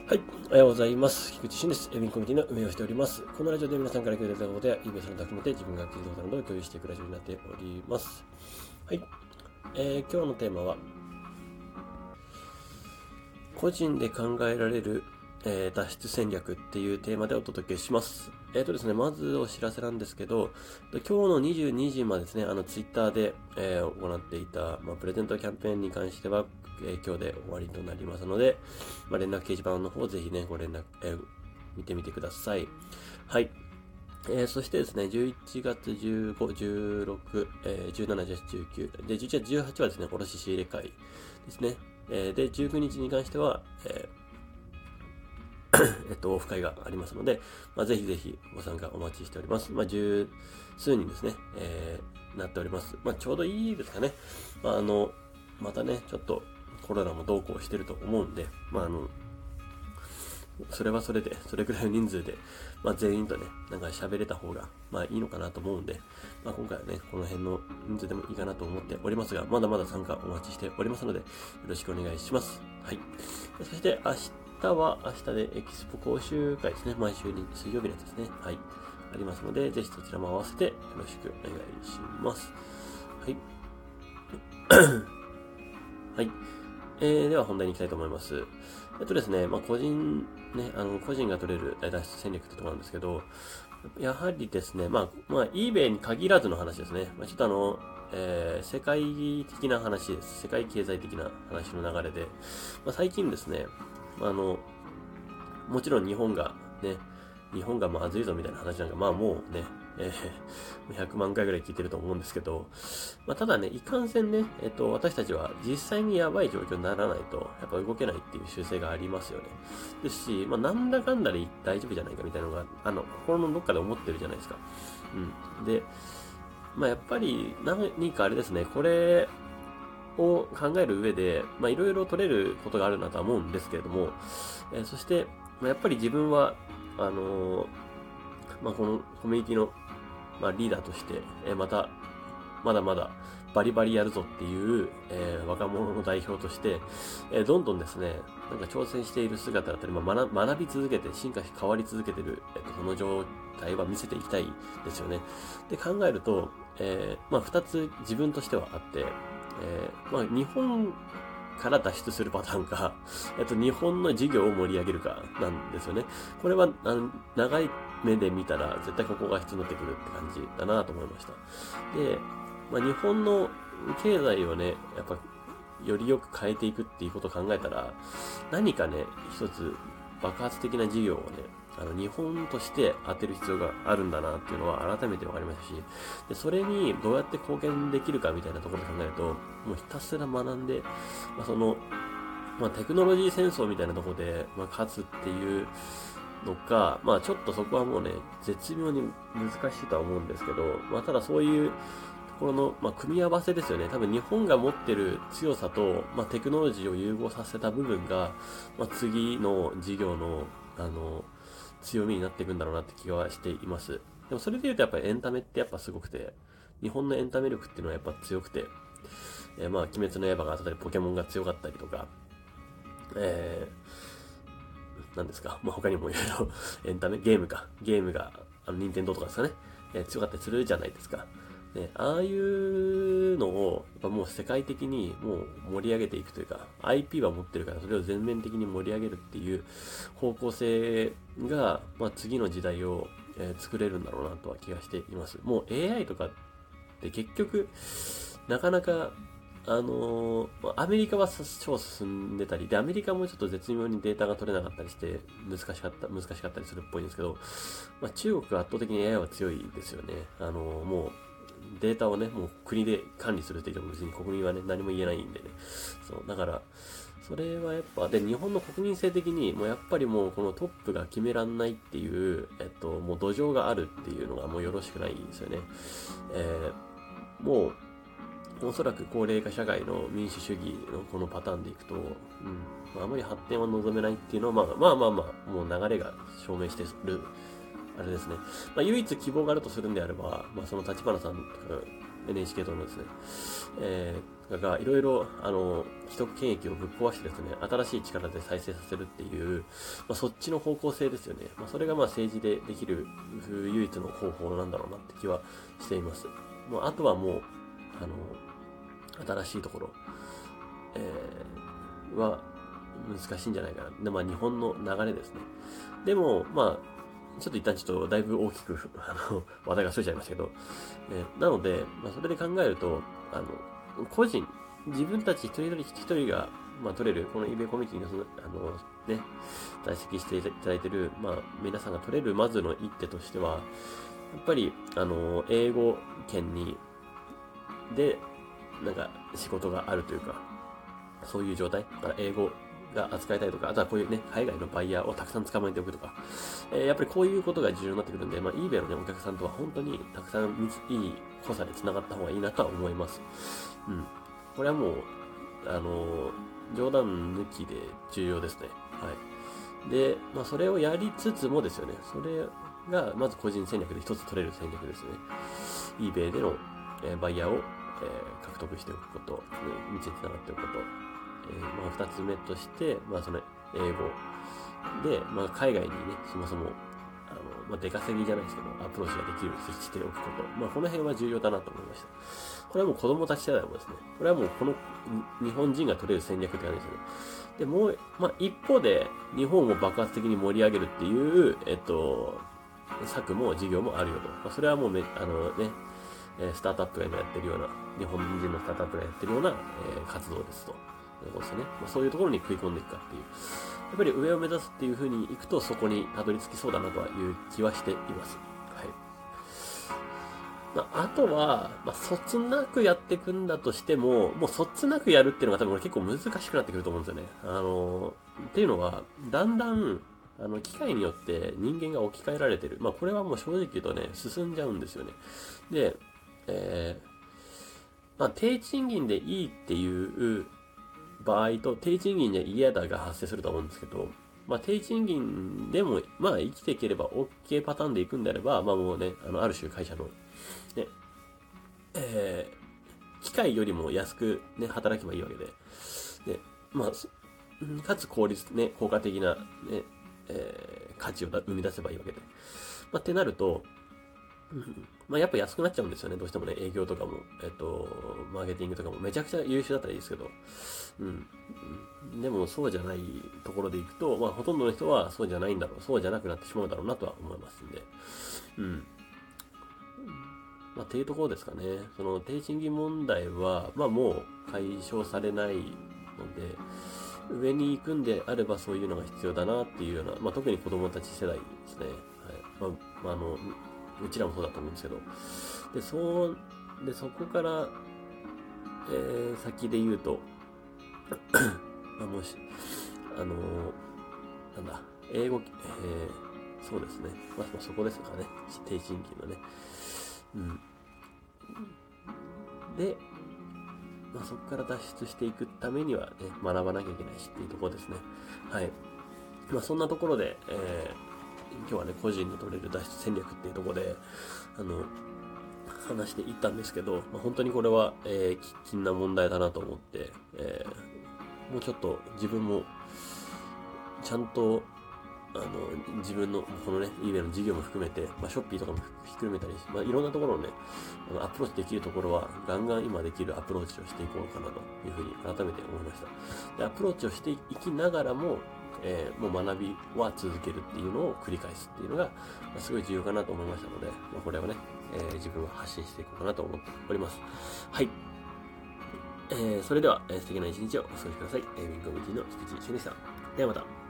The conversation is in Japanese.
はい、おはようございます。菊池俊です。エビンコミュニティの運営をしております。このラジオで皆さんから聞いていただいたことや、イベントの含めて自分が聞いたことなどを共有していくラジオになっております。はい、今日のテーマは、個人で考えられる、脱出戦略っていうテーマでお届けします。ですね、まずお知らせなんですけど、今日の22時までですね、ツイッターで、行っていた、プレゼントキャンペーンに関しては、今日で終わりとなりますので、連絡掲示板の方ぜひね、ご連絡、見てみてください。はい。そしてですね、11月15、16、17、18、19、で、11月18はですね、卸仕入れ会ですね。で、19日に関しては、オフ会がありますので、ぜひぜひご参加お待ちしております。十数人ですね、なっております。ちょうどいいですかね。またね、ちょっとコロナもどうこうしてると思うんで、それはそれで、それくらいの人数で、全員とね、なんか喋れた方が、いいのかなと思うんで、今回はね、この辺の人数でもいいかなと思っておりますが、まだまだ参加お待ちしておりますので、よろしくお願いします。はい。そして明日でエキスポ講習会ですね。毎週に水曜日のやつですね。はい。ありますので、ぜひそちらも合わせてよろしくお願いします。はい。はい。では本題に行きたいと思います。ですね、個人が取れる脱出戦略ってところなんですけど、やはりですね、eBay に限らずの話ですね。ちょっと世界的な話です。世界経済的な話の流れで、最近ですね、もちろん日本がまずいぞみたいな話なんか、もうね、100万回ぐらい聞いてると思うんですけど、ただね、いかんせんね、私たちは実際にやばい状況にならないと、やっぱ動けないっていう習性がありますよね。ですし、なんだかんだで大丈夫じゃないかみたいなのが、心のどっかで思ってるじゃないですか。うん。で、やっぱり何かあれですね、これを考える上で、いろいろ取れることがあるなとは思うんですけれども、そして、やっぱり自分は、このコミュニティの、リーダーとして、まだまだバリバリやるぞっていう、若者の代表として、どんどんですね、なんか挑戦している姿だったり、学び続けて、進化し変わり続けている、その状態は見せていきたいですよね。で考えると、二つ自分としてはあって、日本から脱出するパターンか、日本の事業を盛り上げるかなんですよね。これは、長い目で見たら絶対ここが必要になってくるって感じだなと思いました。で、日本の経済をね、やっぱ、よりよく変えていくっていうことを考えたら、何かね、一つ爆発的な事業をね、日本として当てる必要があるんだなっていうのは改めて分かりましたし、でそれにどうやって貢献できるかみたいなところで考えると、もうひたすら学んで、テクノロジー戦争みたいなところで、勝つっていうのか、ちょっとそこはもうね、絶妙に難しいとは思うんですけど、ただそういうところの、組み合わせですよね。多分日本が持ってる強さと、テクノロジーを融合させた部分が、次の事業の、強みになっていくんだろうなって気はしています。でもそれで言うとやっぱりエンタメってやっぱすごくて、日本のエンタメ力っていうのはやっぱ強くて、鬼滅の刃があったり、ポケモンが強かったりとか、なんですか、他にもいろいろエンタメ、ゲームが、任天堂とかですかね、強かったりするじゃないですか。ああいうのを、やっぱもう世界的にもう盛り上げていくというか、IP は持ってるからそれを全面的に盛り上げるっていう方向性が、次の時代を、作れるんだろうなとは気がしています。もう AI とかって結局、なかなか、アメリカは超進んでたり、で、アメリカもちょっと絶妙にデータが取れなかったりして、難しかったりするっぽいんですけど、中国が圧倒的に AI は強いですよね。もう、データをね、もう国で管理するって言っても別に国民はね、何も言えないんでね。そう、だから、それはやっぱ、で、日本の国民性的に、もうやっぱりもうこのトップが決めらんないっていう、もう土壌があるっていうのがもうよろしくないですよね。もう、おそらく高齢化社会の民主主義のこのパターンでいくと、あまり発展は望めないっていうのは、もう流れが証明してる、あれですね。唯一希望があるとするんであれば、その立花さんとか NHK 党のですね、 がいろいろ、既得権益をぶっ壊してですね、新しい力で再生させるっていう、そっちの方向性ですよね。それが政治でできる唯一の方法なんだろうなって気はしています。あとはもう、新しいところ、は難しいんじゃないかな。で、日本の流れですね。でも、ちょっと一旦だいぶ大きく、話題がそれちゃいましたけど、なので、それで考えると、個人、自分たち一人一人が、取れる、この eBay コミュニティの、在籍していただいている、皆さんが取れるまずの一手としては、やっぱり、英語圏で、仕事があるというか、そういう状態、英語が扱いたいとか、あとはこういうね、海外のバイヤーをたくさん捕まえておくとか、やっぱりこういうことが重要になってくるんで、eBay のね、お客さんとは本当にたくさんいい補佐で繋がった方がいいなとは思います。これはもう、冗談抜きで重要ですね。はい。で、それをやりつつもですよね、それが、まず個人戦略で一つ取れる戦略ですね。eBay での、バイヤーを、獲得しておくこと、道に繋がっておくこと。二つ目として、その英語で、海外にね、そもそも、出稼ぎじゃないですけど、アプローチができるようにしておくこと。この辺は重要だなと思いました。これはもう子供たち世代もですね、これはもうこの日本人が取れる戦略って感じですよね。で、もう、一方で、日本を爆発的に盛り上げるっていう、策も事業もあるよと。それはもうスタートアップが今やってるような、日本人のスタートアップがやってるような、活動ですと。そうですね。そういうところに食い込んでいくかっていう。やっぱり上を目指すっていう風に行くとそこにたどり着きそうだなとはいう気はしています。はい。あとは、そつなくやっていくんだとしても、もうそつなくやるっていうのが多分結構難しくなってくると思うんですよね。っていうのは、だんだん、機械によって人間が置き換えられてる。これはもう正直言うとね、進んじゃうんですよね。で、低賃金でいいっていう場合と低賃金じゃ嫌だが発生すると思うんですけど、低賃金でも、生きていければ OK パターンで行くんであれば、もうね、ある種会社の、ね、機械よりも安くね、働けばいいわけで、で、かつ効果的な、ね、価値を生み出せばいいわけで。ってなると、やっぱ安くなっちゃうんですよね。どうしてもね、営業とかも、マーケティングとかもめちゃくちゃ優秀だったらいいですけど、でもそうじゃないところでいくと、ほとんどの人はそうじゃないんだろう、そうじゃなくなってしまうんだろうなとは思いますんで、っていうところですかね。その低賃金問題は、もう解消されないので、上に行くんであればそういうのが必要だなっていうような、特に子供たち世代ですね。はい。うちらもそうだと思うんですけど。で、そこから、先で言うと、もし、英語、そうですね。そこですかね。低賃金のね。で、そこから脱出していくためにはね、学ばなきゃいけないしっていうところですね。はい。そんなところで、今日はね、個人の取れる脱出戦略っていうところで、話していったんですけど、本当にこれは、喫緊な問題だなと思って、もうちょっと自分も、ちゃんと、自分の、このね、eBay の事業も含めて、ショッピーとかも含めたり、いろんなところをね、アプローチできるところは、ガンガン今できるアプローチをしていこうかなというふうに改めて思いました。で、アプローチをしていきながらも、もう学びは続けるっていうのを繰り返すっていうのが、すごい重要かなと思いましたので、これをね、自分は発信していこうかなと思っております。はい。それでは、素敵な一日をお過ごしください。ウィンコミュニティの菊池俊でした。ではまた。